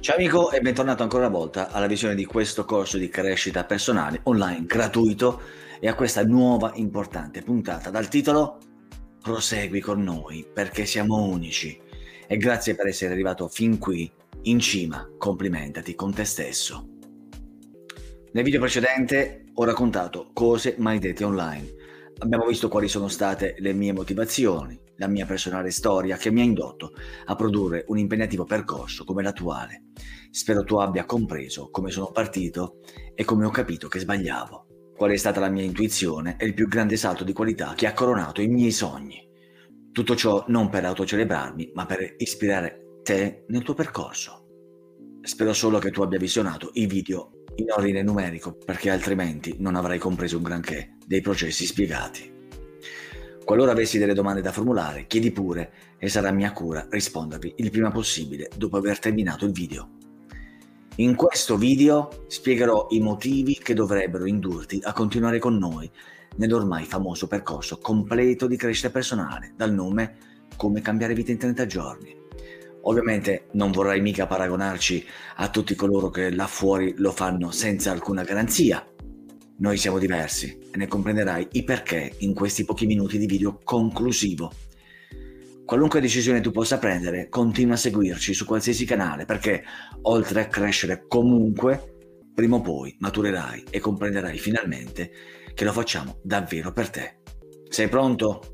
Ciao amico e bentornato ancora una volta alla visione di questo corso di crescita personale online gratuito e a questa nuova importante puntata dal titolo Prosegui con noi perché siamo unici e grazie per essere arrivato fin qui in cima, complimentati con te stesso. Nel video precedente ho raccontato cose mai dette online. Abbiamo visto quali sono state le mie motivazioni, la mia personale storia che mi ha indotto a produrre un impegnativo percorso come l'attuale. Spero tu abbia compreso come sono partito e come ho capito che sbagliavo. Qual è stata la mia intuizione e il più grande salto di qualità che ha coronato i miei sogni. Tutto ciò non per autocelebrarmi, ma per ispirare te nel tuo percorso. Spero solo che tu abbia visionato i video in ordine numerico, perché altrimenti non avrai compreso un granché dei processi spiegati. Qualora avessi delle domande da formulare, chiedi pure e sarà mia cura rispondervi il prima possibile dopo aver terminato il video. In questo video spiegherò i motivi che dovrebbero indurti a continuare con noi nell'ormai famoso percorso completo di crescita personale dal nome Come cambiare vita in 30 giorni. Ovviamente non vorrei mica paragonarci a tutti coloro che là fuori lo fanno senza alcuna garanzia. Noi siamo diversi e ne comprenderai i perché in questi pochi minuti di video conclusivo. Qualunque decisione tu possa prendere, continua a seguirci su qualsiasi canale perché, oltre a crescere comunque, prima o poi maturerai e comprenderai finalmente che lo facciamo davvero per te. Sei pronto?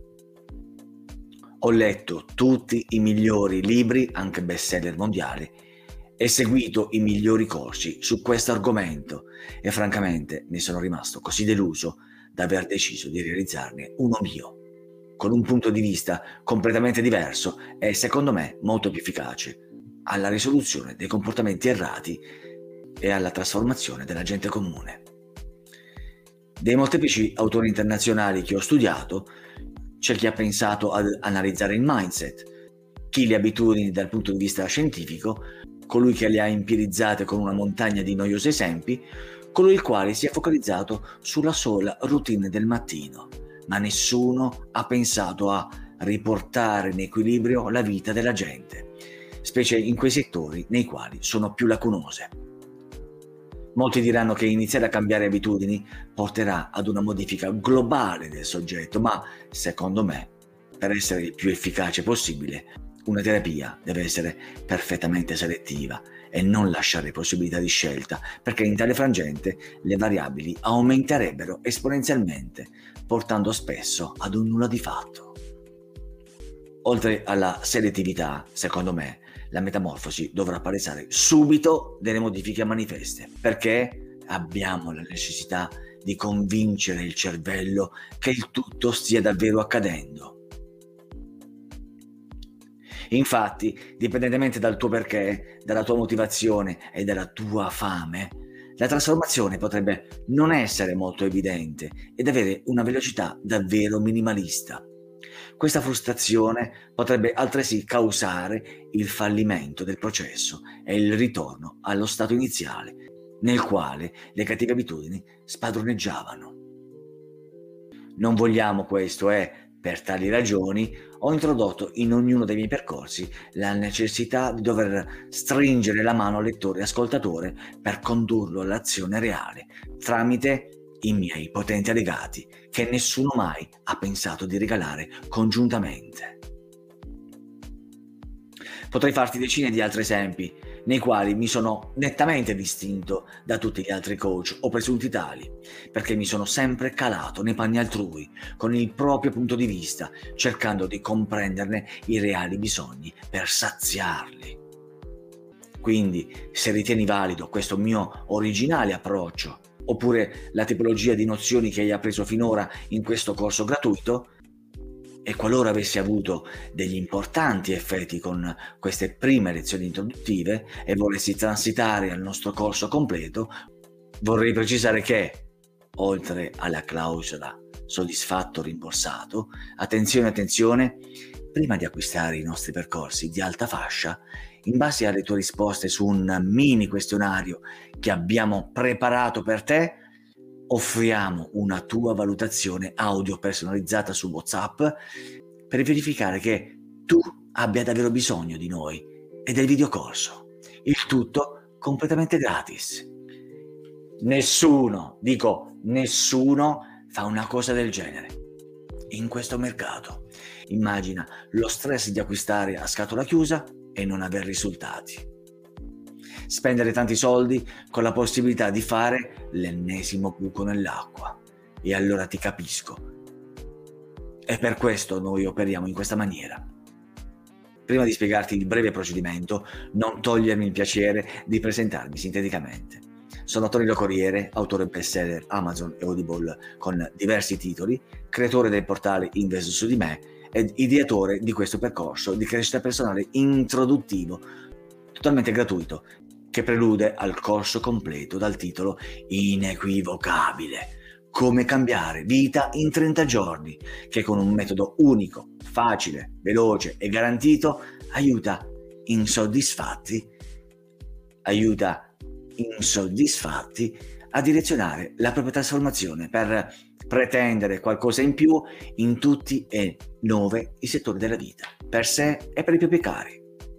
Ho letto tutti i migliori libri, anche bestseller mondiali, e seguito i migliori corsi su questo argomento e francamente ne sono rimasto così deluso da aver deciso di realizzarne uno mio, con un punto di vista completamente diverso e secondo me molto più efficace alla risoluzione dei comportamenti errati e alla trasformazione della gente comune. Dei molteplici autori internazionali che ho studiato, c'è chi ha pensato ad analizzare il mindset, chi le abitudini dal punto di vista scientifico, colui che le ha empirizzate con una montagna di noiosi esempi, colui il quale si è focalizzato sulla sola routine del mattino, ma nessuno ha pensato a riportare in equilibrio la vita della gente, specie in quei settori nei quali sono più lacunose. Molti diranno che iniziare a cambiare abitudini porterà ad una modifica globale del soggetto, ma secondo me, per essere il più efficace possibile, una terapia deve essere perfettamente selettiva e non lasciare possibilità di scelta, perché in tale frangente le variabili aumenterebbero esponenzialmente, portando spesso ad un nulla di fatto. Oltre alla selettività, secondo me, la metamorfosi dovrà palesare subito delle modifiche manifeste, perché abbiamo la necessità di convincere il cervello che il tutto stia davvero accadendo. Infatti, dipendentemente dal tuo perché, dalla tua motivazione e dalla tua fame, la trasformazione potrebbe non essere molto evidente ed avere una velocità davvero minimalista. Questa frustrazione potrebbe altresì causare il fallimento del processo e il ritorno allo stato iniziale, nel quale le cattive abitudini spadroneggiavano. Non vogliamo questo e, per tali ragioni, ho introdotto in ognuno dei miei percorsi la necessità di dover stringere la mano al lettore e ascoltatore per condurlo all'azione reale, tramite i miei potenti allegati, che nessuno mai ha pensato di regalare congiuntamente. Potrei farti decine di altri esempi, nei quali mi sono nettamente distinto da tutti gli altri coach o presunti tali, perché mi sono sempre calato nei panni altrui, con il proprio punto di vista, cercando di comprenderne i reali bisogni per saziarli. Quindi, se ritieni valido questo mio originale approccio, oppure la tipologia di nozioni che hai appreso finora in questo corso gratuito, e qualora avessi avuto degli importanti effetti con queste prime lezioni introduttive e volessi transitare al nostro corso completo, vorrei precisare che, oltre alla clausola soddisfatto rimborsato, attenzione, prima di acquistare i nostri percorsi di alta fascia, in base alle tue risposte su un mini questionario che abbiamo preparato per te, offriamo una tua valutazione audio personalizzata su WhatsApp per verificare che tu abbia davvero bisogno di noi e del videocorso. Il tutto completamente gratis. Nessuno, dico nessuno, fa una cosa del genere in questo mercato. Immagina lo stress di acquistare a scatola chiusa e non aver risultati. Spendere tanti soldi con la possibilità di fare l'ennesimo buco nell'acqua. E allora ti capisco. E per questo noi operiamo in questa maniera. Prima di spiegarti il breve procedimento, non togliermi il piacere di presentarmi sinteticamente. Sono Tonino Corriere, autore bestseller Amazon e Audible con diversi titoli, creatore del portale Invest su di me ed ideatore di questo percorso di crescita personale introduttivo, totalmente gratuito, che prelude al corso completo dal titolo inequivocabile: Come cambiare vita in 30 giorni, che con un metodo unico, facile, veloce e garantito aiuta insoddisfatti a direzionare la propria trasformazione per pretendere qualcosa in più in tutti e 9 i settori della vita, per sé e per i propri cari.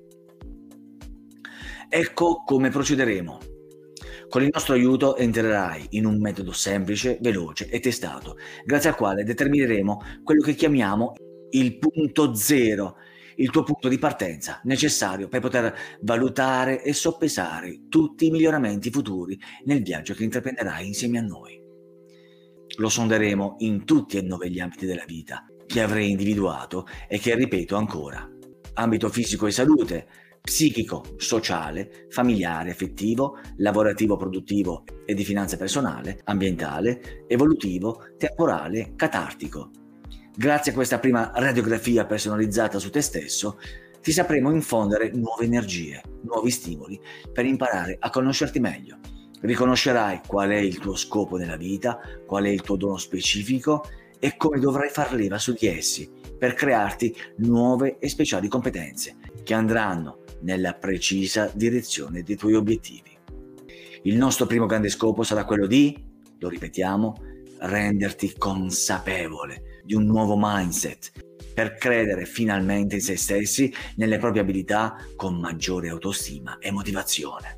Ecco come procederemo. Con il nostro aiuto entrerai in un metodo semplice, veloce e testato, grazie al quale determineremo quello che chiamiamo il punto zero, il tuo punto di partenza necessario per poter valutare e soppesare tutti i miglioramenti futuri nel viaggio che intraprenderai insieme a noi. Lo sonderemo in tutti e 9 gli ambiti della vita che avrei individuato e che ripeto ancora: ambito fisico e salute, psichico, sociale, familiare, affettivo, lavorativo, produttivo e di finanza personale, ambientale, evolutivo, temporale, catartico. Grazie a questa prima radiografia personalizzata su te stesso, ti sapremo infondere nuove energie, nuovi stimoli per imparare a conoscerti meglio. Riconoscerai qual è il tuo scopo nella vita, qual è il tuo dono specifico e come dovrai far leva su di essi per crearti nuove e speciali competenze che andranno nella precisa direzione dei tuoi obiettivi. Il nostro primo grande scopo sarà quello di, lo ripetiamo, renderti consapevole di un nuovo mindset per credere finalmente in se stessi, nelle proprie abilità, con maggiore autostima e motivazione.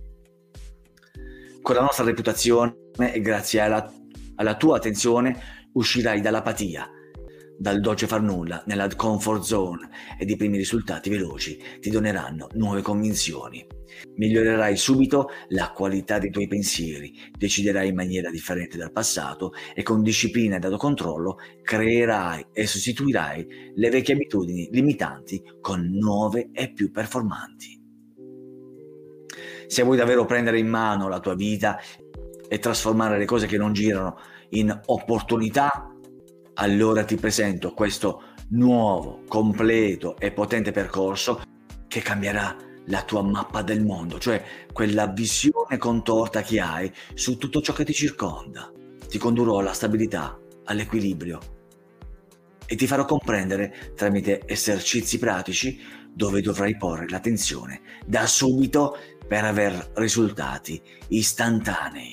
Con la nostra reputazione e grazie alla tua attenzione uscirai dall'apatia, dal dolce far nulla, nella comfort zone ed i primi risultati veloci ti doneranno nuove convinzioni. Migliorerai subito la qualità dei tuoi pensieri, deciderai in maniera differente dal passato e con disciplina ed autocontrollo creerai e sostituirai le vecchie abitudini limitanti con nuove e più performanti. Se vuoi davvero prendere in mano la tua vita e trasformare le cose che non girano in opportunità, allora ti presento questo nuovo, completo e potente percorso che cambierà la tua mappa del mondo, cioè quella visione contorta che hai su tutto ciò che ti circonda. Ti condurrò alla stabilità, all'equilibrio e ti farò comprendere tramite esercizi pratici dove dovrai porre l'attenzione da subito per aver risultati istantanei.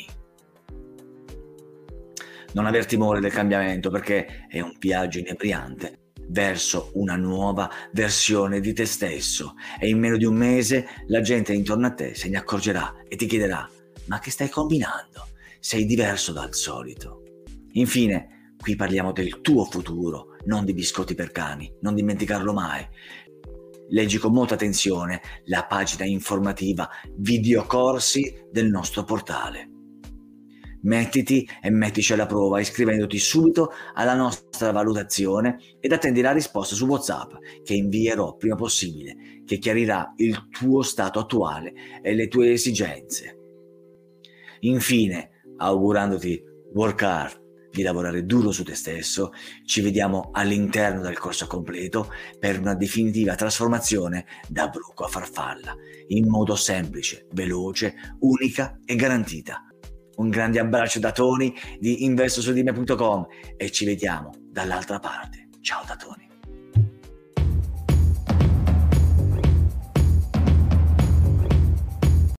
Non aver timore del cambiamento, perché è un viaggio inebriante verso una nuova versione di te stesso e in meno di un mese la gente intorno a te se ne accorgerà e ti chiederà: ma che stai combinando? Sei diverso dal solito. Infine, qui parliamo del tuo futuro, non di biscotti per cani, non dimenticarlo mai. Leggi con molta attenzione la pagina informativa Videocorsi del nostro portale. Mettiti e mettici alla prova iscrivendoti subito alla nostra valutazione ed attendi la risposta su WhatsApp che invierò prima possibile, che chiarirà il tuo stato attuale e le tue esigenze. Infine, augurandoti work hard, di lavorare duro su te stesso, ci vediamo all'interno del corso completo per una definitiva trasformazione da bruco a farfalla, in modo semplice, veloce, unica e garantita. Un grande abbraccio da Tony di investosudime.com e ci vediamo dall'altra parte. Ciao da Tony.